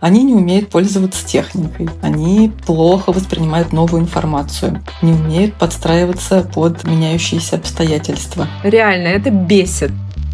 Они не умеют пользоваться техникой, они плохо воспринимают новую информацию, не умеют подстраиваться под меняющиеся обстоятельства. Реально, это бесит.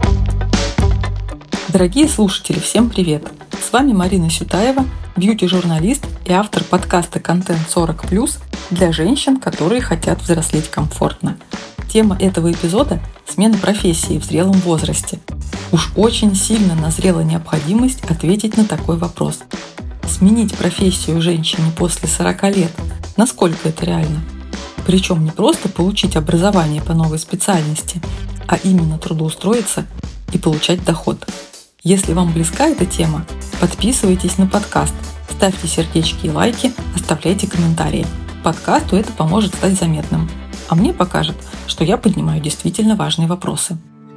Дорогие слушатели, всем привет! С вами Марина Сютаева, бьюти-журналист и автор подкаста «Контент 40+,» для женщин, которые хотят взрослеть комфортно. Тема этого эпизода – смена профессии в зрелом возрасте. Уж очень сильно назрела необходимость ответить на такой вопрос. Сменить профессию женщине после 40 лет – насколько это реально? Причем не просто получить образование по новой специальности, а именно трудоустроиться и получать доход. Если вам близка эта тема, подписывайтесь на подкаст, ставьте сердечки и лайки, оставляйте комментарии. Подкасту это поможет стать заметным, а мне покажет, что я поднимаю действительно важные вопросы.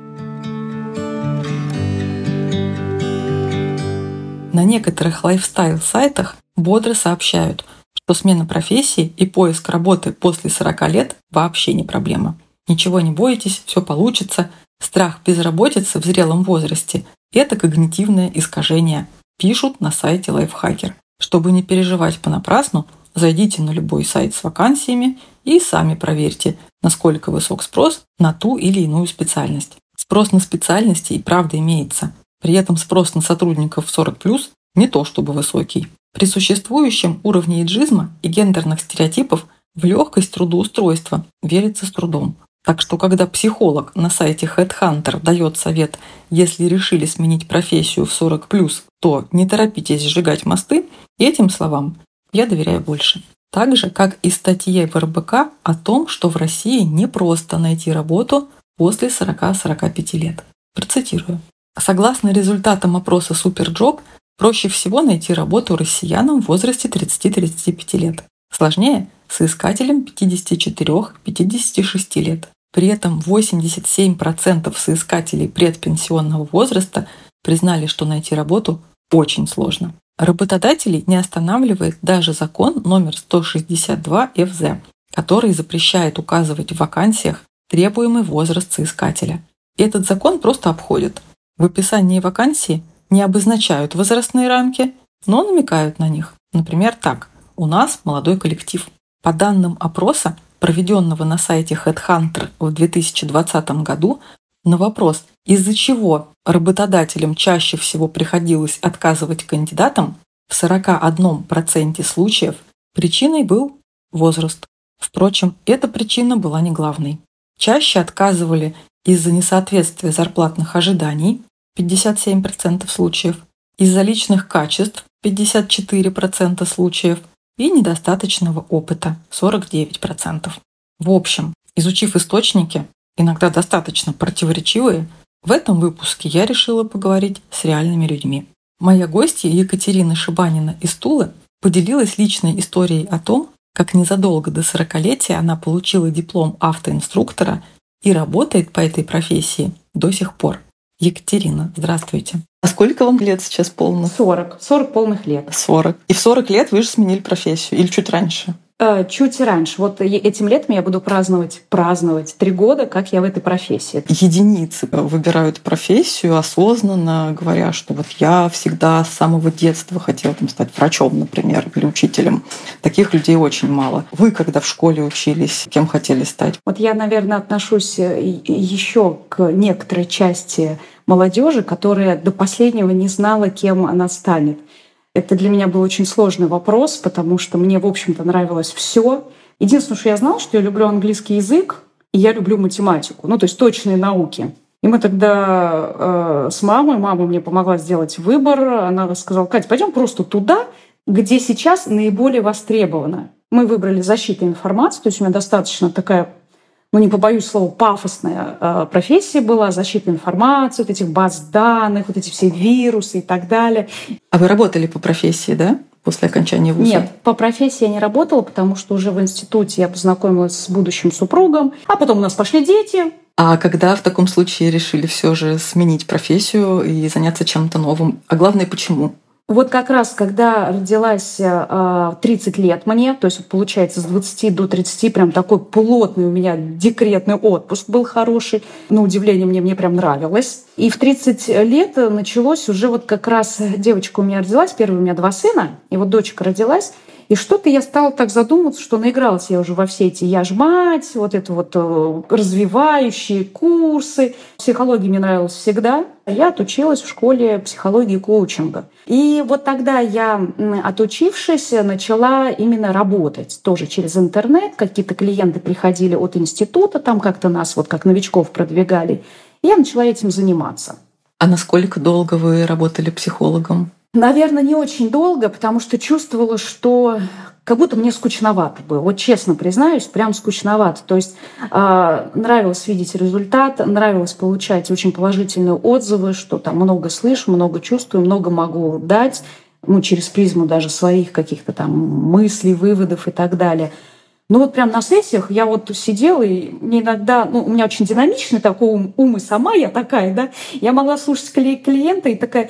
На некоторых лайфстайл-сайтах бодро сообщают, что смена профессии и поиск работы после 40 лет вообще не проблема. Ничего не бойтесь, все получится. Страх безработицы в зрелом возрасте – это когнитивное искажение, пишут на сайте Lifehacker. Чтобы не переживать понапрасну, зайдите на любой сайт с вакансиями и сами проверьте, насколько высок спрос на ту или иную специальность. Спрос на специальности и правда имеется. При этом спрос на сотрудников 40+, не то чтобы высокий. При существующем уровне эйджизма и гендерных стереотипов в легкость трудоустройства верится с трудом. Так что, когда психолог на сайте Headhunter дает совет, если решили сменить профессию в 40+, то не торопитесь сжигать мосты, этим словам я доверяю больше. Так же, как и статье в РБК о том, что в России непросто найти работу после 40-45 лет. Процитирую. Согласно результатам опроса Superjob, проще всего найти работу россиянам в возрасте 30-35 лет. Сложнее – соискателям 54-56 лет. При этом 87% соискателей предпенсионного возраста признали, что найти работу очень сложно. Работодателей не останавливает даже закон номер 162 ФЗ, который запрещает указывать в вакансиях требуемый возраст соискателя. Этот закон просто обходят. В описании вакансии не обозначают возрастные рамки, но намекают на них. Например, так: «У нас молодой коллектив». По данным опроса, проведенного на сайте Headhunter в 2020 году, на вопрос, из-за чего работодателям чаще всего приходилось отказывать кандидатам, в 41% случаев причиной был возраст. Впрочем, эта причина была не главной. Чаще отказывали из-за несоответствия зарплатных ожиданий 57% случаев, из-за личных качеств 54% случаев и недостаточного опыта 49%. В общем, изучив источники, иногда достаточно противоречивые, в этом выпуске я решила поговорить с реальными людьми. Моя гостья Екатерина Шибанина из Тулы поделилась личной историей о том, как незадолго до 40-летия она получила диплом автоинструктора и работает по этой профессии до сих пор. Екатерина, здравствуйте. А сколько вам лет сейчас полных? 40. 40 полных лет. 40. И в 40 лет вы же сменили профессию или чуть раньше? Чуть раньше. Вот этим летом я буду праздновать 3 года, как я в этой профессии. Единицы выбирают профессию осознанно, говоря, что вот я всегда с самого детства хотела стать врачом, например, или учителем. Таких людей очень мало. Вы, когда в школе учились, кем хотели стать? Вот я, наверное, отношусь еще к некоторой части молодежи, которая до последнего не знала, кем она станет. Это для меня был очень сложный вопрос, потому что мне, в общем-то, нравилось все. Единственное, что я знала, что я люблю английский язык, и я люблю математику, то есть точные науки. И мы тогда с мама мне помогла сделать выбор. Она сказала: «Кать, пойдем просто туда, где сейчас наиболее востребовано». Мы выбрали защиту информации, то есть у меня достаточно такая, не побоюсь слова, пафосная профессия была, защита информации, вот этих баз данных, вот эти все вирусы и так далее. А вы работали по профессии, да, после окончания вуза? Нет, по профессии я не работала, потому что уже в институте я познакомилась с будущим супругом, а потом у нас пошли дети. А когда в таком случае решили все же сменить профессию и заняться чем-то новым? А главное, почему? Вот как раз, когда родилась 30 лет мне, то есть, вот, получается, с 20 до 30 прям такой плотный у меня декретный отпуск был хороший. На удивление мне прям нравилось. И в 30 лет началось уже вот как раз девочка у меня родилась, первые у меня 2 сына, и вот дочка родилась. И что-то я стала так задумываться, что наигралась я уже во все эти «Я ж мать», вот это вот развивающие курсы. Психология мне нравилась всегда. Я отучилась в школе психологии и коучинга. И вот тогда я, отучившись, начала именно работать. Тоже через интернет. Какие-то клиенты приходили от института, там как-то нас вот как новичков продвигали. И я начала этим заниматься. А насколько долго вы работали психологом? Наверное, не очень долго, потому что чувствовала, что как будто мне скучновато было. Вот честно признаюсь, прям скучновато. То есть нравилось видеть результат, нравилось получать очень положительные отзывы, что там много слышу, много чувствую, много могу дать, через призму даже своих каких-то там мыслей, выводов и так далее. Ну вот прям на сессиях я вот сидела, и мне иногда, у меня очень динамичный такой ум, и сама я такая, да, я могла слушать клиента и такая,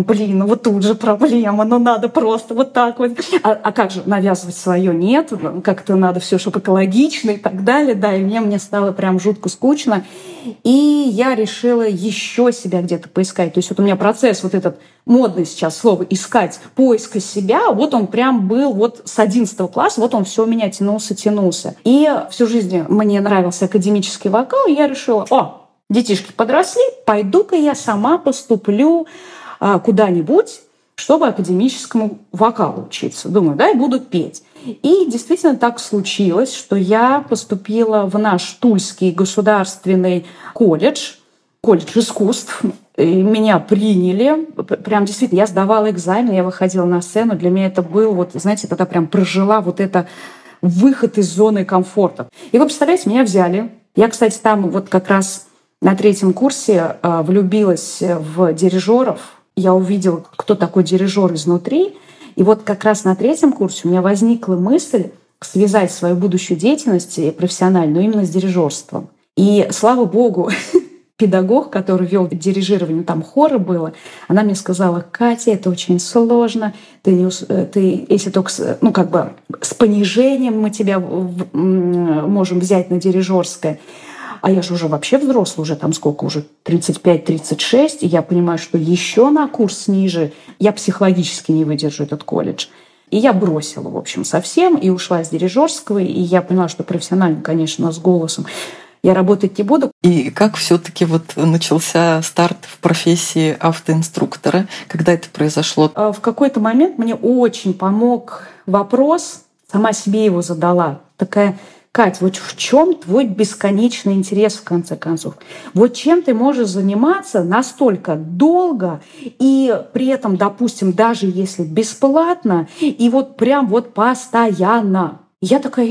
вот тут же проблема, надо просто вот так вот. А как же навязывать свое? Нет, как-то надо все, чтобы экологично и так далее, да, и мне стало прям жутко скучно. И я решила еще себя где-то поискать. То есть вот у меня процесс вот этот, модное сейчас слово «искать», поиска себя, вот он прям был вот с 11 класса, вот он все у меня тянулся. И всю жизнь мне нравился академический вокал, и я решила, детишки подросли, пойду-ка я сама поступлю куда-нибудь, чтобы академическому вокалу учиться. Думаю, и буду петь. И действительно так случилось, что я поступила в наш Тульский государственный колледж искусств. И меня приняли. Прям действительно, я сдавала экзамен, я выходила на сцену. Для меня это был, тогда прям прожила вот это выход из зоны комфорта. И вы представляете, меня взяли. Я, кстати, там как раз на 3-м курсе влюбилась в дирижеров. Я увидела, кто такой дирижер изнутри. И вот как раз на 3-м курсе у меня возникла мысль связать свою будущую деятельность профессиональную именно с дирижерством. И слава богу, педагог, который вел дирижирование, там хора было, она мне сказала: Катя, это очень сложно, ты если только с понижением мы тебя можем взять на дирижерское. А я же уже вообще взрослая, уже там сколько, уже 35-36, и я понимаю, что еще на курс ниже я психологически не выдержу этот колледж. И я бросила, в общем, совсем, и ушла с дирижерского, и я поняла, что профессионально, конечно, с голосом я работать не буду. И как все-таки начался старт в профессии автоинструктора? Когда это произошло? В какой-то момент мне очень помог вопрос, сама себе его задала, такая: Кать, вот в чем твой бесконечный интерес, в конце концов? Вот чем ты можешь заниматься настолько долго и при этом, допустим, даже если бесплатно, и прям постоянно. Я такая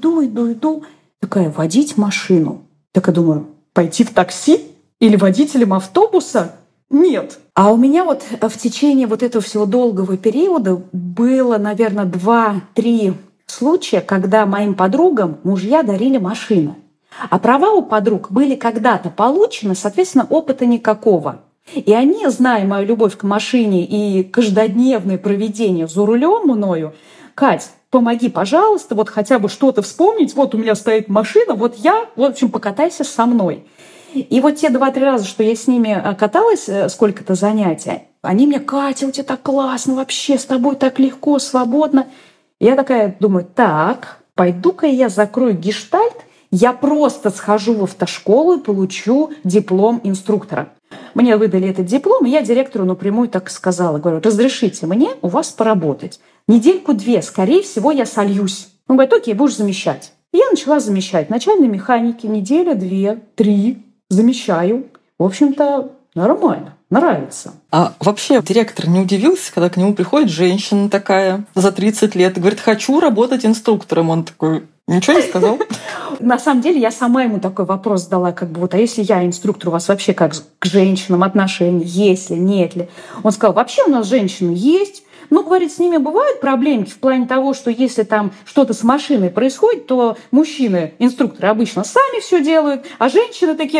иду, такая: водить машину. Так я думаю, пойти в такси или водителем автобуса? Нет. А у меня в течение этого всего долгого периода было, наверное, 2-3 случая, когда моим подругам мужья дарили машины. А права у подруг были когда-то получены, соответственно, опыта никакого. И они, зная мою любовь к машине и каждодневное проведение за рулем мною: Кать, помоги, пожалуйста, хотя бы что-то вспомнить. У меня стоит машина, покатайся со мной. И те 2-3 раза, что я с ними каталась, сколько-то занятий, они мне: Катя, у тебя так классно вообще, с тобой так легко, свободно. Я такая думаю: так, пойду-ка я закрою гештальт, я просто схожу в автошколу и получу диплом инструктора. Мне выдали этот диплом, и я директору напрямую так и сказала. Говорю: разрешите мне у вас поработать. 1-2, скорее всего, я сольюсь. Он говорит: окей, будешь замещать. И я начала замещать. Начальной механики 1, 2, 3 замещаю. В общем-то, нормально. Нравится. А вообще директор не удивился, когда к нему приходит женщина такая за 30 лет и говорит: хочу работать инструктором? Он такой: ничего не сказал? На самом деле я сама ему такой вопрос задала, а если я инструктор, у вас вообще как к женщинам отношения, есть ли, нет ли? Он сказал: вообще у нас женщины есть. Говорит, с ними бывают проблемки в плане того, что если там что-то с машиной происходит, то мужчины, инструкторы, обычно сами все делают, а женщины такие: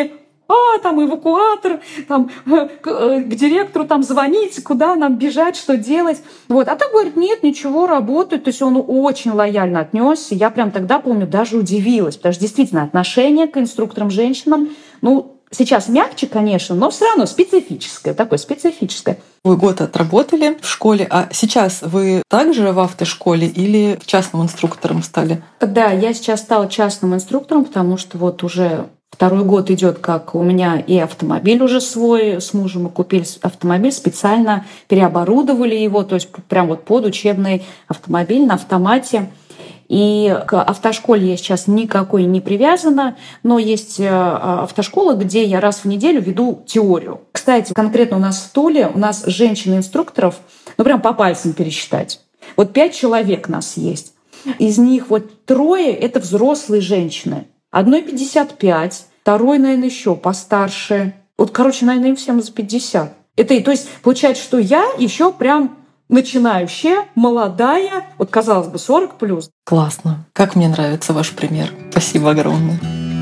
там эвакуатор, там к директору там звонить, куда нам бежать, что делать. Вот. А так говорит, нет, ничего, работает. То есть он очень лояльно отнесся. Я прям тогда, помню, даже удивилась, потому что действительно отношение к инструкторам-женщинам, сейчас мягче, конечно, но все равно специфическое, такое специфическое. Вы год отработали в школе, а сейчас вы также в автошколе или частным инструктором стали? Да, я сейчас стала частным инструктором, потому что вот уже второй год идет, как у меня и автомобиль уже свой, с мужем мы купили автомобиль, специально переоборудовали его, то есть прям вот под учебный автомобиль на автомате. И к автошколе я сейчас никакой не привязана, но есть автошкола, где я раз в неделю веду теорию. Кстати, конкретно у нас в Туле, у нас женщин-инструкторов, прям по пальцам пересчитать. Вот 5 человек нас есть. Из них вот 3 — это взрослые женщины. Одной 55, второй, наверное, еще постарше. Наверное, им всем за 50. То есть получается, что я еще прям начинающая, молодая, казалось бы, 40+. Классно. Как мне нравится ваш пример. Спасибо огромное.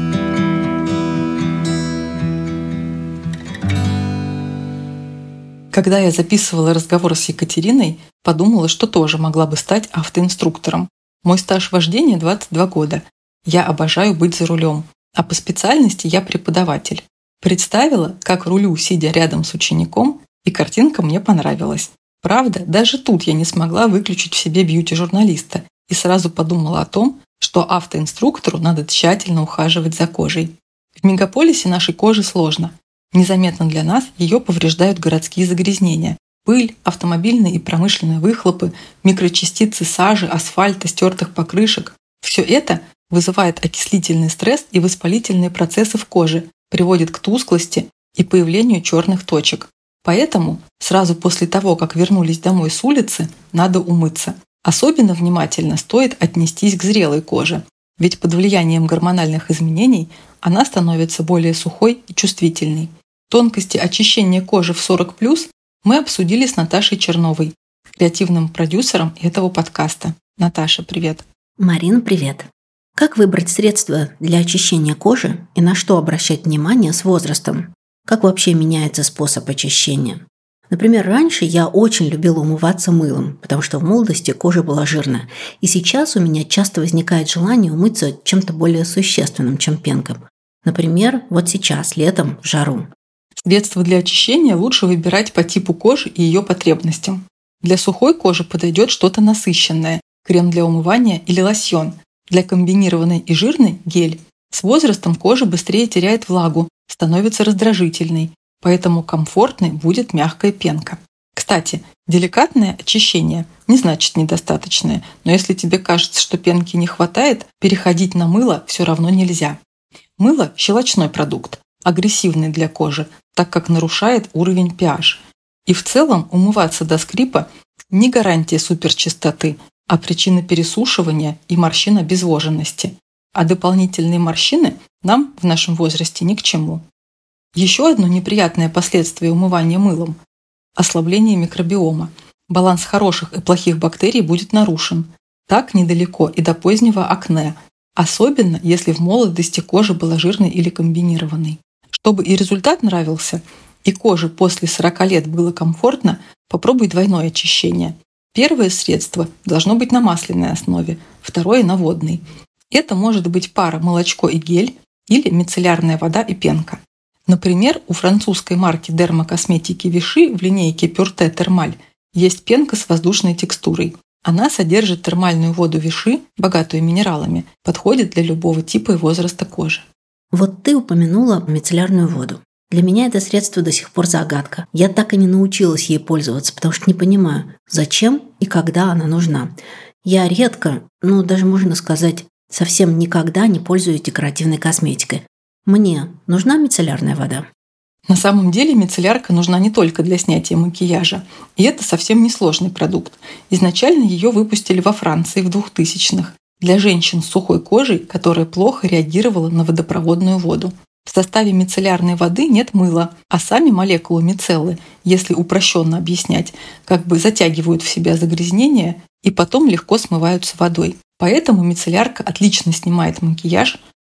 Когда я записывала разговор с Екатериной, подумала, что тоже могла бы стать автоинструктором. Мой стаж вождения 22 года. Я обожаю быть за рулем, а по специальности я преподаватель. Представила, как рулю, сидя рядом с учеником, и картинка мне понравилась. Правда, даже тут я не смогла выключить в себе бьюти-журналиста и сразу подумала о том, что автоинструктору надо тщательно ухаживать за кожей. В мегаполисе нашей коже сложно. Незаметно для нас ее повреждают городские загрязнения. Пыль, автомобильные и промышленные выхлопы, микрочастицы сажи, асфальта, стертых покрышек – все это вызывает окислительный стресс и воспалительные процессы в коже, приводит к тусклости и появлению черных точек. Поэтому сразу после того, как вернулись домой с улицы, надо умыться. Особенно внимательно стоит отнестись к зрелой коже, ведь под влиянием гормональных изменений она становится более сухой и чувствительной. Тонкости очищения кожи в 40+ мы обсудили с Наташей Черновой, креативным продюсером этого подкаста. Наташа, привет. Марина, привет. Как выбрать средства для очищения кожи и на что обращать внимание с возрастом? Как вообще меняется способ очищения? Например, раньше я очень любила умываться мылом, потому что в молодости кожа была жирная. И сейчас у меня часто возникает желание умыться чем-то более существенным, чем пенкой. Например, вот сейчас, летом, в жару. Средства для очищения лучше выбирать по типу кожи и ее потребностям. Для сухой кожи подойдет что-то насыщенное – крем для умывания или лосьон. Для комбинированной и жирной – гель. С возрастом кожа быстрее теряет влагу, становится раздражительной, поэтому комфортной будет мягкая пенка. Кстати, деликатное очищение не значит недостаточное, но если тебе кажется, что пенки не хватает, переходить на мыло все равно нельзя. Мыло – щелочной продукт, агрессивный для кожи, так как нарушает уровень pH. И в целом умываться до скрипа не гарантия суперчистоты, а причина пересушивания и морщин обезвоженности. А дополнительные морщины нам в нашем возрасте ни к чему. Еще одно неприятное последствие умывания мылом – ослабление микробиома. Баланс хороших и плохих бактерий будет нарушен. Так недалеко и до позднего акне, особенно если в молодости кожа была жирной или комбинированной. Чтобы и результат нравился, и коже после 40 лет было комфортно, попробуй двойное очищение. Первое средство должно быть на масляной основе, второе – на водной. Это может быть пара молочко и гель или мицеллярная вода и пенка. Например, у французской марки дермокосметики Vichy в линейке Pureté Thermal есть пенка с воздушной текстурой. Она содержит термальную воду Vichy, богатую минералами, подходит для любого типа и возраста кожи. Вот ты упомянула мицеллярную воду. Для меня это средство до сих пор загадка. Я так и не научилась ей пользоваться, потому что не понимаю, зачем и когда она нужна. Я редко, даже можно сказать, совсем никогда не пользуюсь декоративной косметикой. Мне нужна мицеллярная вода? На самом деле мицеллярка нужна не только для снятия макияжа, и это совсем несложный продукт. Изначально ее выпустили во Франции в 2000-х для женщин с сухой кожей, которая плохо реагировала на водопроводную воду. В составе мицеллярной воды нет мыла, а сами молекулы мицеллы, если упрощенно объяснять, затягивают в себя загрязнения и потом легко смываются водой. Поэтому мицеллярка отлично снимает макияж,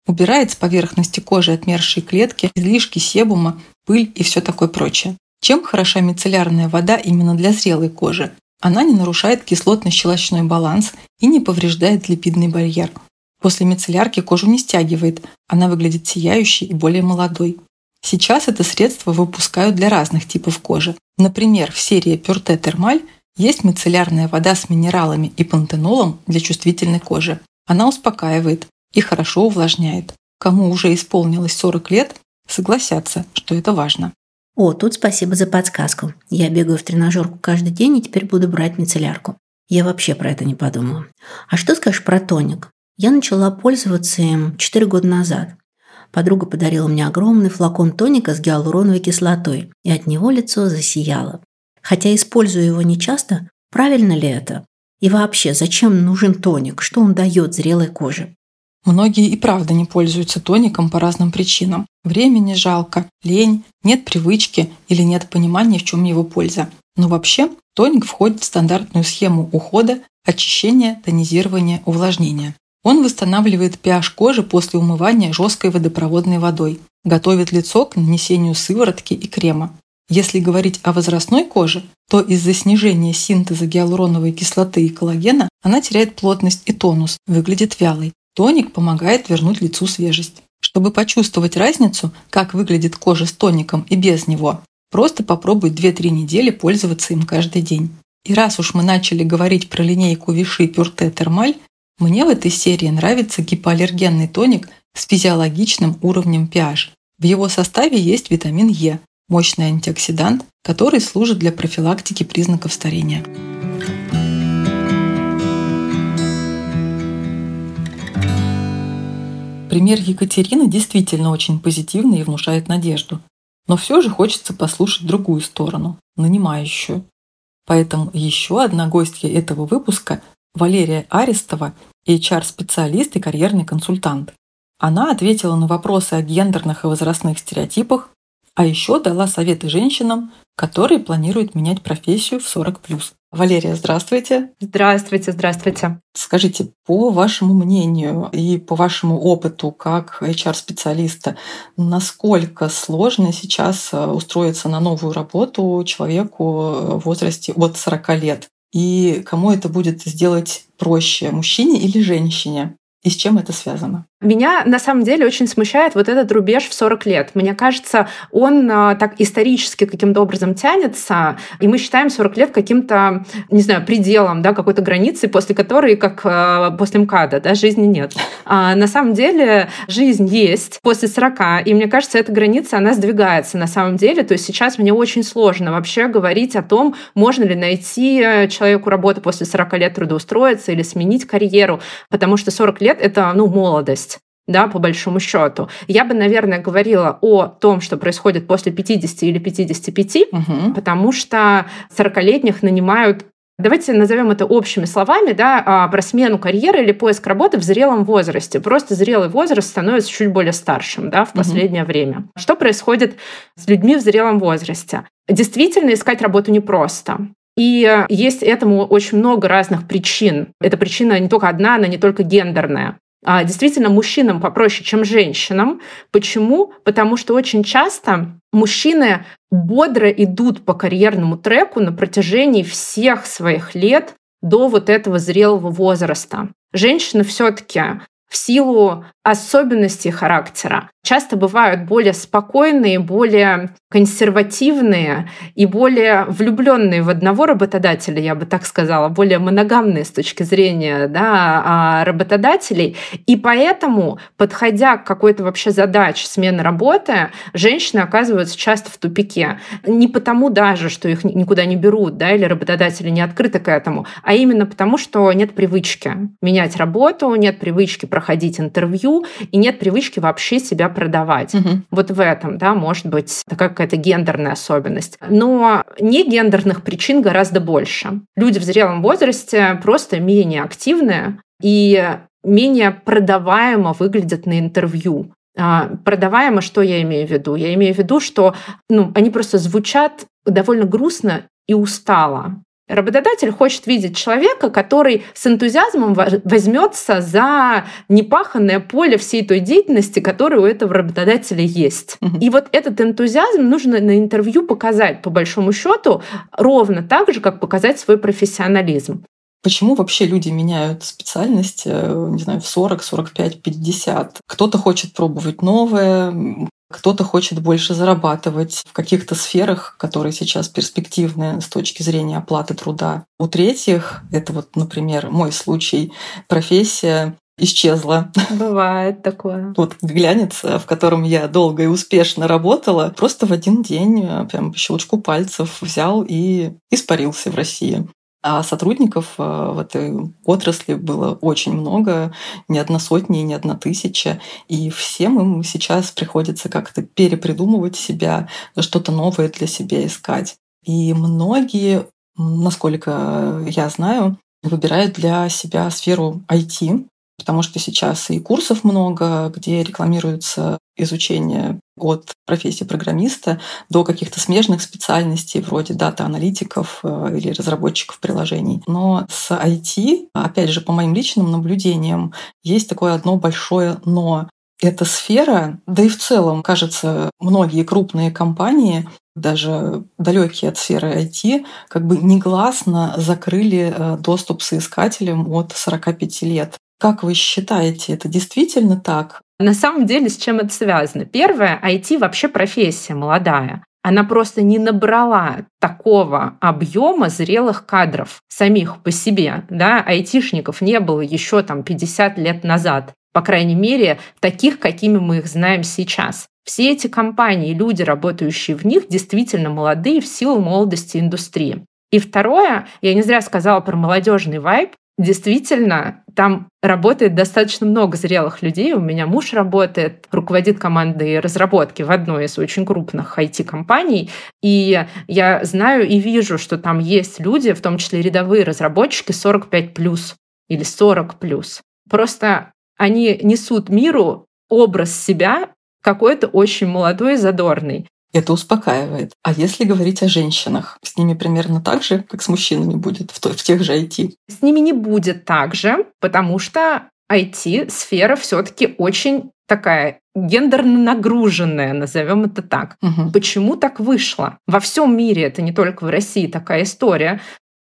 убирает с поверхности кожи отмершие клетки, излишки себума, пыль и все такое прочее. Чем хороша мицеллярная вода именно для зрелой кожи? Она не нарушает кислотно-щелочной баланс и не повреждает липидный барьер. После мицеллярки кожу не стягивает, она выглядит сияющей и более молодой. Сейчас это средство выпускают для разных типов кожи. Например, в серии Purté Thermal есть мицеллярная вода с минералами и пантенолом для чувствительной кожи. Она успокаивает и хорошо увлажняет. Кому уже исполнилось 40 лет, согласятся, что это важно. О, тут спасибо за подсказку. Я бегаю в тренажерку каждый день и теперь буду брать мицеллярку. Я вообще про это не подумала. А что скажешь про тоник? Я начала пользоваться им 4 года назад. Подруга подарила мне огромный флакон тоника с гиалуроновой кислотой, и от него лицо засияло. Хотя использую его нечасто, правильно ли это? И вообще, зачем нужен тоник? Что он дает зрелой коже? Многие и правда не пользуются тоником по разным причинам. Времени жалко, лень, нет привычки или нет понимания, в чем его польза. Но вообще тоник входит в стандартную схему ухода, очищения, тонизирования, увлажнения. Он восстанавливает pH кожи после умывания жесткой водопроводной водой, готовит лицо к нанесению сыворотки и крема. Если говорить о возрастной коже, то из-за снижения синтеза гиалуроновой кислоты и коллагена она теряет плотность и тонус, выглядит вялой. Тоник помогает вернуть лицу свежесть. Чтобы почувствовать разницу, как выглядит кожа с тоником и без него, просто попробуй 2-3 недели пользоваться им каждый день. И раз уж мы начали говорить про линейку Vichy Purté Thermal, мне в этой серии нравится гипоаллергенный тоник с физиологичным уровнем pH. В его составе есть витамин Е, мощный антиоксидант, который служит для профилактики признаков старения. Пример Екатерины действительно очень позитивный и внушает надежду. Но все же хочется послушать другую сторону, нанимающую. Поэтому еще одна гостья этого выпуска – Валерия Арестова, HR-специалист и карьерный консультант. Она ответила на вопросы о гендерных и возрастных стереотипах, а еще дала советы женщинам, которые планируют менять профессию в 40+. Валерия, здравствуйте. Здравствуйте, здравствуйте. Скажите, по вашему мнению и по вашему опыту как HR-специалиста, насколько сложно сейчас устроиться на новую работу человеку в возрасте от 40 лет? И кому это будет сделать проще, мужчине или женщине? И с чем это связано? Меня на самом деле очень смущает вот этот рубеж в 40 лет. Мне кажется, он так исторически каким-то образом тянется, и мы считаем 40 лет каким-то, не знаю, пределом, да, какой-то границей, после которой, как после МКАДа, да, жизни нет. А на самом деле жизнь есть после 40, и мне кажется, эта граница, она сдвигается на самом деле. То есть сейчас мне очень сложно вообще говорить о том, можно ли найти человеку работу после 40 лет, трудоустроиться или сменить карьеру, потому что 40 лет — это, молодость. Да, по большому счету. Я бы, наверное, говорила о том, что происходит после 50 или 55, потому что 40-летних нанимают, давайте назовем это общими словами, да, про смену карьеры или поиск работы в зрелом возрасте. Просто зрелый возраст становится чуть более старшим, да, в последнее время. Что происходит с людьми в зрелом возрасте? Действительно, искать работу непросто. И есть этому очень много разных причин. Эта причина не только одна, она не только гендерная. Действительно, мужчинам попроще, чем женщинам. Почему? Потому что очень часто мужчины бодро идут по карьерному треку на протяжении всех своих лет до вот этого зрелого возраста. Женщины все-таки в силу особенностей характера часто бывают более спокойные, более консервативные и более влюбленные в одного работодателя, я бы так сказала, более моногамные с точки зрения, да, работодателей. И поэтому, подходя к какой-то вообще задаче смены работы, женщины оказываются часто в тупике. Не потому даже, что их никуда не берут, да, или работодатели не открыты к этому, а именно потому, что нет привычки менять работу, нет привычки проходить интервью и нет привычки вообще себя продавать. Вот в этом, да, может быть такая какая-то гендерная особенность. Но не гендерных причин гораздо больше. Люди в зрелом возрасте просто менее активные и менее продаваемо выглядят на интервью. Продаваемо, что я имею в виду? Я имею в виду, что они просто звучат довольно грустно и устало. Работодатель хочет видеть человека, который с энтузиазмом возьмется за непаханное поле всей той деятельности, которая у этого работодателя есть. И вот этот энтузиазм нужно на интервью показать, по большому счету, ровно так же, как показать свой профессионализм. Почему вообще люди меняют специальность, не знаю, в 40, 45, 50? Кто-то хочет пробовать новое, кто-то хочет больше зарабатывать в каких-то сферах, которые сейчас перспективны с точки зрения оплаты труда. У третьих, это вот, например, мой случай, профессия исчезла. Бывает такое. Вот глянец, в котором я долго и успешно работала, просто в один день, прям по щелчку пальцев взял и испарился в России. А сотрудников в этой отрасли было очень много, не одна сотня и не одна тысяча. И всем им сейчас приходится как-то перепридумывать себя, что-то новое для себя искать. И многие, насколько я знаю, выбирают для себя сферу IT, потому что сейчас и курсов много, где рекламируется изучение от профессии программиста до каких-то смежных специальностей вроде дата-аналитиков или разработчиков приложений. Но с IT, опять же, по моим личным наблюдениям, есть такое одно большое «но». Эта сфера, да и в целом, кажется, многие крупные компании, даже далекие от сферы IT, как бы негласно закрыли доступ соискателям от 45 лет. Как вы считаете, это действительно так? На самом деле, с чем это связано? Первое, IT вообще профессия молодая. Она просто не набрала такого объема зрелых кадров самих по себе. Да? Айтишников не было еще 50 лет назад. По крайней мере, таких, какими мы их знаем сейчас. Все эти компании, люди, работающие в них, действительно молодые в силу молодости индустрии. И второе, я не зря сказала про молодежный вайб. Действительно, там работает достаточно много зрелых людей. У меня муж работает, руководит командой разработки в одной из очень крупных IT-компаний. И я знаю и вижу, что там есть люди, в том числе рядовые разработчики 45+ или 40+. Просто они несут миру образ себя какой-то очень молодой и задорный. Это успокаивает. А если говорить о женщинах, с ними примерно так же, как с мужчинами будет в тех же IT? С ними не будет так же, потому что IT-сфера все-таки очень такая гендерно нагруженная, назовем это так. Угу. Почему так вышло? Во всем мире, это не только в России такая история,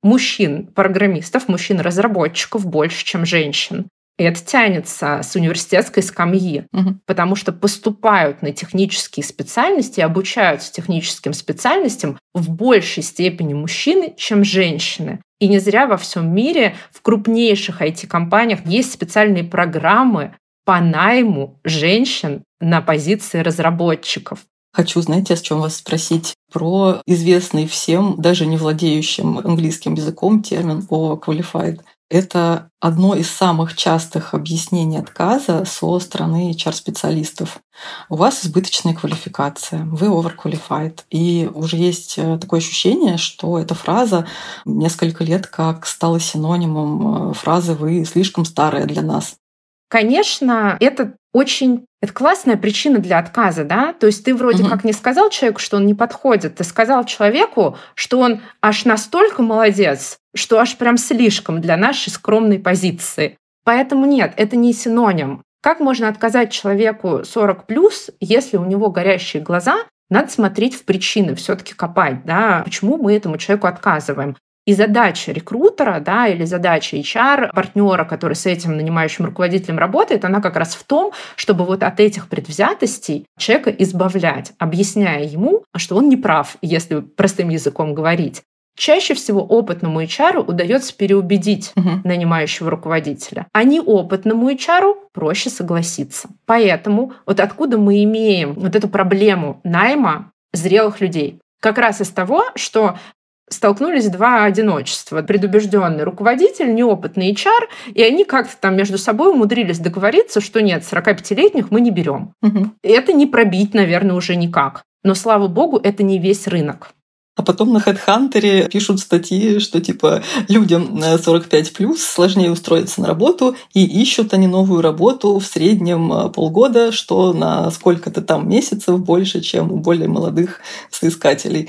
мужчин-программистов, мужчин-разработчиков больше, чем женщин. И это тянется с университетской скамьи, потому что поступают на технические специальности, обучаются техническим специальностям в большей степени мужчины, чем женщины. И не зря во всем мире в крупнейших IT-компаниях есть специальные программы по найму женщин на позиции разработчиков. Хочу, знаете, с чем вас спросить? Про известный всем, даже не владеющим английским языком, термин overqualified. Это одно из самых частых объяснений отказа со стороны HR-специалистов. У вас избыточная квалификация, вы overqualified. И уже есть такое ощущение, что эта фраза несколько лет как стала синонимом фразы «вы слишком старая для нас». Конечно, это классная причина для отказа, да? То есть ты вроде как не сказал человеку, что он не подходит, ты сказал человеку, что он аж настолько молодец, что аж прям слишком для нашей скромной позиции. Поэтому нет, это не синоним. Как можно отказать человеку 40+, если у него горящие глаза? Надо смотреть в причины, все-таки копать, да? Почему мы этому человеку отказываем? И задача рекрутера, да, или задача HR-партнера, который с этим нанимающим руководителем работает, она как раз в том, чтобы вот от этих предвзятостей человека избавлять, объясняя ему, что он не прав, если простым языком говорить. Чаще всего опытному HR удается переубедить нанимающего руководителя, а неопытному HR проще согласиться. Поэтому вот откуда мы имеем вот эту проблему найма зрелых людей? Как раз из того, что столкнулись два одиночества. Предубежденный руководитель, неопытный HR, и они как-то там между собой умудрились договориться, что нет, 45-летних мы не берем. Это не пробить, наверное, уже никак. Но, слава богу, это не весь рынок. А потом на HeadHunter пишут статьи, что типа людям 45+ сложнее устроиться на работу, и ищут они новую работу в среднем полгода, что на сколько-то там месяцев больше, чем у более молодых соискателей.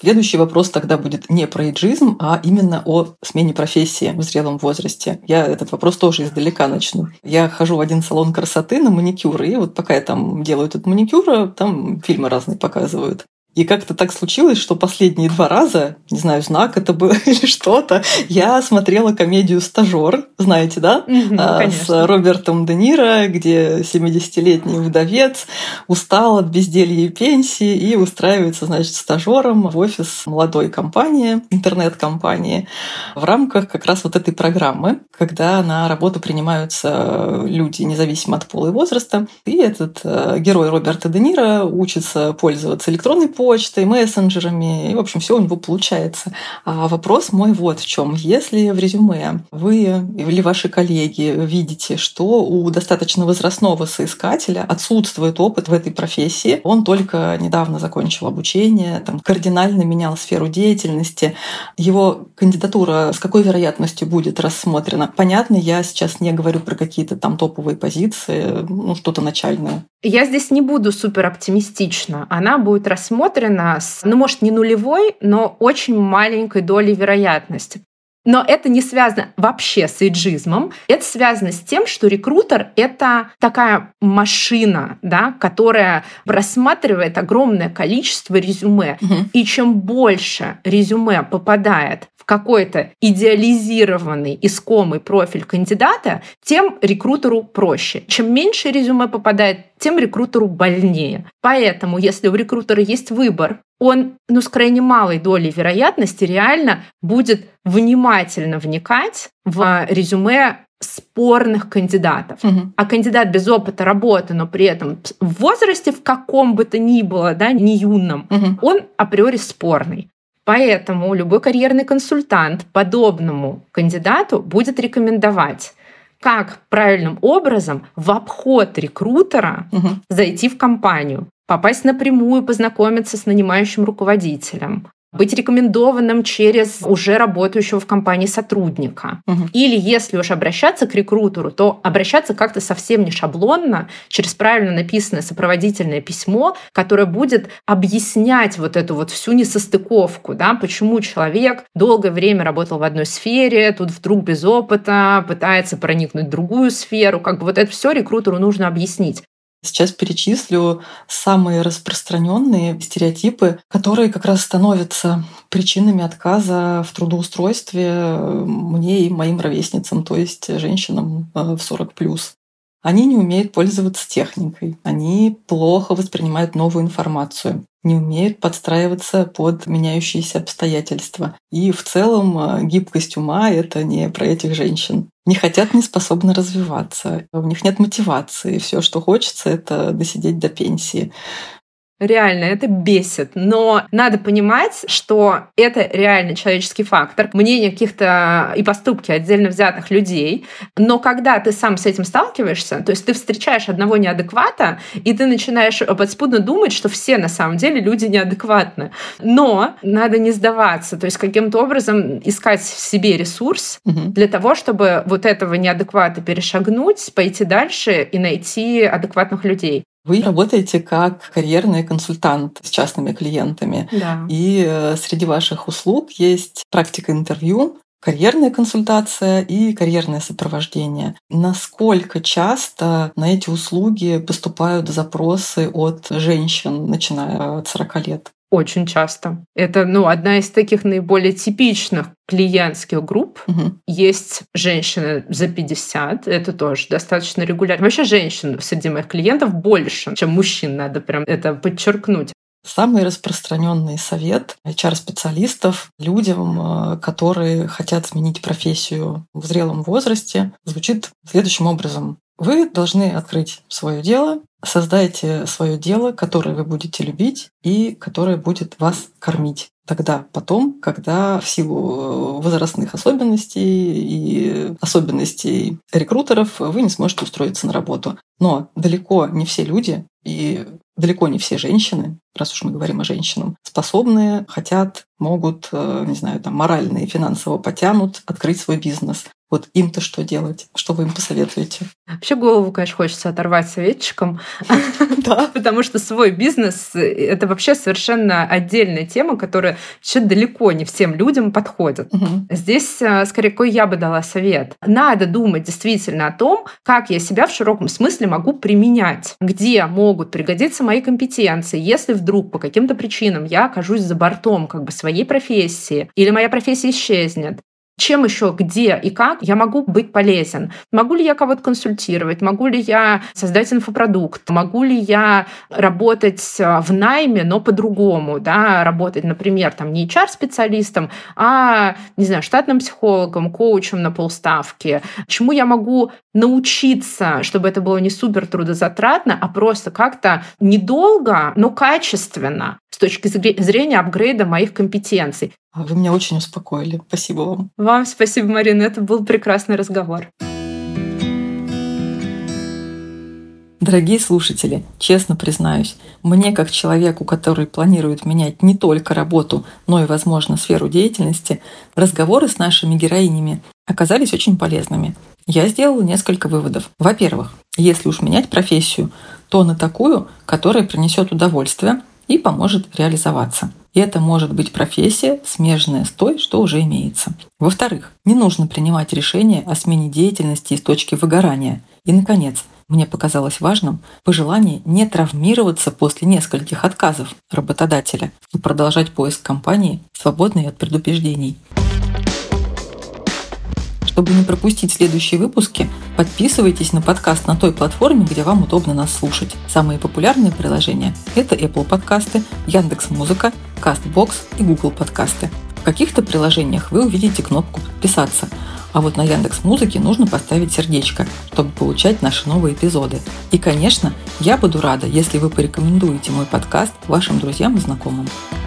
Следующий вопрос тогда будет не про эйджизм, а именно о смене профессии в зрелом возрасте. Я этот вопрос тоже издалека начну. Я хожу в один салон красоты на маникюр, и вот пока я там делаю этот маникюр, там фильмы разные показывают. И как-то так случилось, что последние 2 раза, не знаю, знак это был или что-то, я смотрела комедию «Стажёр», знаете, да? С Робертом Де Ниро, где 70-летний вдовец устал от безделья и пенсии и устраивается, значит, стажёром в офис молодой компании, интернет-компании, в рамках как раз вот этой программы, когда на работу принимаются люди, независимо от пола и возраста. И этот герой Роберта Де Ниро учится пользоваться электронной почтой, мессенджерами, и, в общем, все у него получается. А вопрос мой вот в чем. Если в резюме вы или ваши коллеги видите, что у достаточно возрастного соискателя отсутствует опыт в этой профессии, он только недавно закончил обучение, там, кардинально менял сферу деятельности, его кандидатура с какой вероятностью будет рассмотрена? Понятно, я сейчас не говорю про какие-то там топовые позиции, что-то начальное. Я здесь не буду супер оптимистична. Она будет рассмотрена с, может, не нулевой, но очень маленькой долей вероятности. Но это не связано вообще с эйджизмом. Это связано с тем, что рекрутер — это такая машина, да, которая просматривает огромное количество резюме. И чем больше резюме попадает в какой-то идеализированный, искомый профиль кандидата, тем рекрутеру проще. Чем меньше резюме попадает, тем рекрутеру больнее. Поэтому, если у рекрутера есть выбор, он, с крайне малой долей вероятности реально будет внимательно вникать в резюме спорных кандидатов. А кандидат без опыта работы, но при этом в возрасте в каком бы то ни было, да, не юном, он априори спорный. Поэтому любой карьерный консультант подобному кандидату будет рекомендовать, как правильным образом в обход рекрутера зайти в компанию, попасть напрямую, познакомиться с нанимающим руководителем, быть рекомендованным через уже работающего в компании сотрудника. Или если уж обращаться к рекрутеру, то обращаться как-то совсем не шаблонно, через правильно написанное сопроводительное письмо, которое будет объяснять вот эту вот всю несостыковку, да, почему человек долгое время работал в одной сфере, тут вдруг без опыта пытается проникнуть в другую сферу. Вот это все рекрутеру нужно объяснить. Сейчас перечислю самые распространенные стереотипы, которые как раз становятся причинами отказа в трудоустройстве мне и моим ровесницам, то есть женщинам в 40+. Они не умеют пользоваться техникой, они плохо воспринимают новую информацию, не умеют подстраиваться под меняющиеся обстоятельства. И в целом гибкость ума — это не про этих женщин. Не хотят, не способны развиваться, у них нет мотивации, все, что хочется, это досидеть до пенсии. Реально, это бесит. Но надо понимать, что это реально человеческий фактор, мнение каких-то и поступки отдельно взятых людей. Но когда ты сам с этим сталкиваешься, то есть ты встречаешь одного неадеквата, и ты начинаешь подспудно думать, что все на самом деле люди неадекватны. Но надо не сдаваться, то есть каким-то образом искать в себе ресурс для того, чтобы вот этого неадеквата перешагнуть, пойти дальше и найти адекватных людей. Вы работаете как карьерный консультант с частными клиентами. Да. И среди ваших услуг есть практика интервью, карьерная консультация и карьерное сопровождение. Насколько часто на эти услуги поступают запросы от женщин, начиная от 40 лет? Очень часто. Это одна из таких наиболее типичных клиентских групп. Есть женщины за 50, это тоже достаточно регулярно. Вообще женщин среди моих клиентов больше, чем мужчин, надо прям это подчеркнуть. Самый распространенный совет HR-специалистов людям, которые хотят сменить профессию в зрелом возрасте, звучит следующим образом. Вы должны открыть свое дело, создайте свое дело, которое вы будете любить и которое будет вас кормить. Тогда потом, когда в силу возрастных особенностей и особенностей рекрутеров вы не сможете устроиться на работу. Но далеко не все люди и далеко не все женщины, раз уж мы говорим о женщинах, способные, хотят, могут, морально и финансово потянут открыть свой бизнес. Вот им-то что делать? Что вы им посоветуете? Вообще голову, конечно, хочется оторвать советчикам, потому что свой бизнес — это вообще совершенно отдельная тема, которая вообще далеко не всем людям подходит. Здесь, скорее, какой я бы дала совет? Надо думать действительно о том, как я себя в широком смысле могу применять, где могут пригодиться мои компетенции, если вдруг по каким-то причинам я окажусь за бортом своей профессии или моя профессия исчезнет. Чем еще, где и как я могу быть полезен? Могу ли я кого-то консультировать? Могу ли я создать инфопродукт? Могу ли я работать в найме, но по-другому? Работать, например, не HR-специалистом, а, не знаю, штатным психологом, коучем на полставки. Чему я могу научиться, чтобы это было не супер трудозатратно, а просто как-то недолго, но качественно с точки зрения апгрейда моих компетенций. Вы меня очень успокоили. Спасибо вам. Вам спасибо, Марина. Это был прекрасный разговор. Дорогие слушатели, честно признаюсь, мне, как человеку, который планирует менять не только работу, но и, возможно, сферу деятельности, разговоры с нашими героинями оказались очень полезными. Я сделала несколько выводов. Во-первых, если уж менять профессию, то на такую, которая принесет удовольствие и поможет реализоваться. И это может быть профессия, смежная с той, что уже имеется. Во-вторых, не нужно принимать решение о смене деятельности из точки выгорания. И, наконец, мне показалось важным пожелание не травмироваться после нескольких отказов работодателя и продолжать поиск компании, свободной от предубеждений. Чтобы не пропустить следующие выпуски, подписывайтесь на подкаст на той платформе, где вам удобно нас слушать. Самые популярные приложения – это Apple подкасты, Яндекс.Музыка, Castbox и Google подкасты. В каких-то приложениях вы увидите кнопку «Подписаться», а вот на Яндекс.Музыке нужно поставить сердечко, чтобы получать наши новые эпизоды. И, конечно, я буду рада, если вы порекомендуете мой подкаст вашим друзьям и знакомым.